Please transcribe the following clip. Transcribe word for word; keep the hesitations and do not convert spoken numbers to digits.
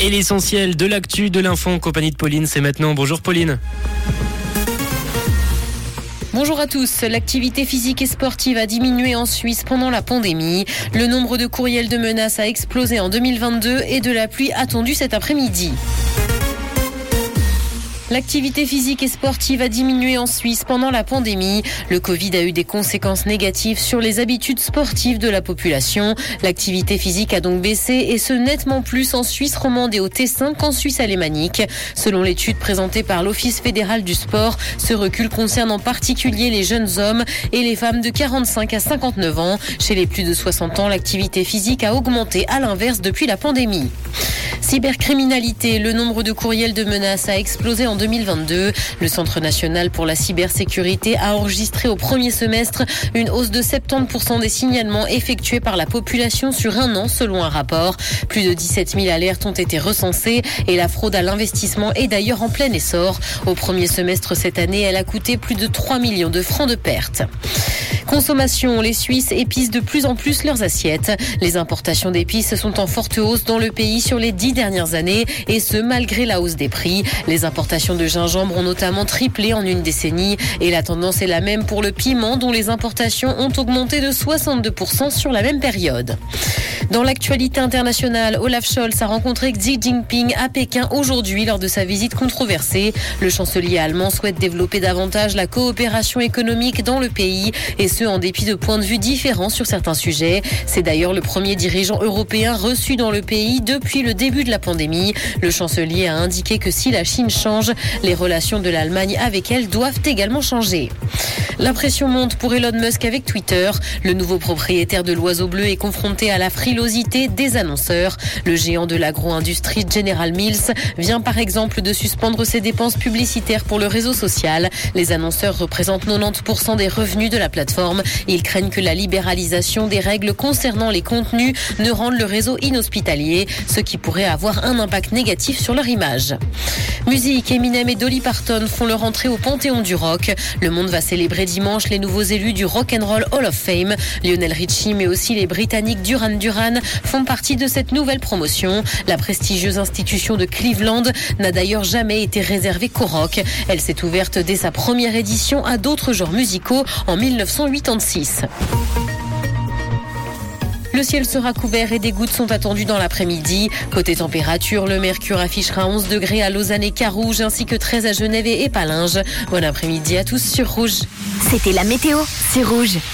Et l'essentiel de l'actu de l'info en compagnie de Pauline, c'est maintenant. Bonjour Pauline. Bonjour à tous. L'activité physique et sportive a diminué en Suisse pendant la pandémie. Le nombre de courriels de menaces a explosé en deux mille vingt-deux et de la pluie attendue cet après-midi. L'activité physique et sportive a diminué en Suisse pendant la pandémie. Le Covid a eu des conséquences négatives sur les habitudes sportives de la population. L'activité physique a donc baissé et ce nettement plus en Suisse romande et au Tessin qu'en Suisse alémanique. Selon l'étude présentée par l'Office fédéral du sport, ce recul concerne en particulier les jeunes hommes et les femmes de quarante-cinq à cinquante-neuf ans. Chez les plus de soixante ans, l'activité physique a augmenté à l'inverse depuis la pandémie. Cybercriminalité, le nombre de courriels de menaces a explosé en deux mille vingt-deux. Le Centre national pour la cybersécurité a enregistré au premier semestre une hausse de soixante-dix pour cent des signalements effectués par la population sur un an selon un rapport. Plus de dix-sept mille alertes ont été recensées et la fraude à l'investissement est d'ailleurs en plein essor. Au premier semestre cette année, elle a coûté plus de trois millions de francs de pertes. Consommation, les Suisses épicent de plus en plus leurs assiettes. Les importations d'épices sont en forte hausse dans le pays sur les dix dernières années et ce malgré la hausse des prix. Les importations de gingembre ont notamment triplé en une décennie et la tendance est la même pour le piment dont les importations ont augmenté de soixante-deux pour cent sur la même période. Dans l'actualité internationale, Olaf Scholz a rencontré Xi Jinping à Pékin aujourd'hui lors de sa visite controversée. Le chancelier allemand souhaite développer davantage la coopération économique dans le pays et ce en dépit de points de vue différents sur certains sujets. C'est d'ailleurs le premier dirigeant européen reçu dans le pays depuis le début de la pandémie. Le chancelier a indiqué que si la Chine change, les relations de l'Allemagne avec elle doivent également changer. La pression monte pour Elon Musk avec Twitter. Le nouveau propriétaire de l'Oiseau Bleu est confronté à la frilosité des annonceurs. Le géant de l'agro-industrie General Mills vient par exemple de suspendre ses dépenses publicitaires pour le réseau social. Les annonceurs représentent quatre-vingt-dix pour cent des revenus de la plateforme. Ils craignent que la libéralisation des règles concernant les contenus ne rende le réseau inhospitalier, ce qui pourrait avoir un impact négatif sur leur image. Musique, Eminem et Dolly Parton font leur entrée au Panthéon du rock. Le monde va célébrer dimanche les nouveaux élus du Rock and Roll Hall of Fame. Lionel Richie mais aussi les Britanniques Duran Duran font partie de cette nouvelle promotion. La prestigieuse institution de Cleveland n'a d'ailleurs jamais été réservée qu'au rock. Elle s'est ouverte dès sa première édition à d'autres genres musicaux en mille neuf cent quatre-vingt-seize. Le ciel sera couvert et des gouttes sont attendues dans l'après-midi. Côté température, le mercure affichera onze degrés à Lausanne et Carouge ainsi que treize à Genève et Épalinges. Bon après-midi à tous sur Rouge. C'était la météo, c'est Rouge.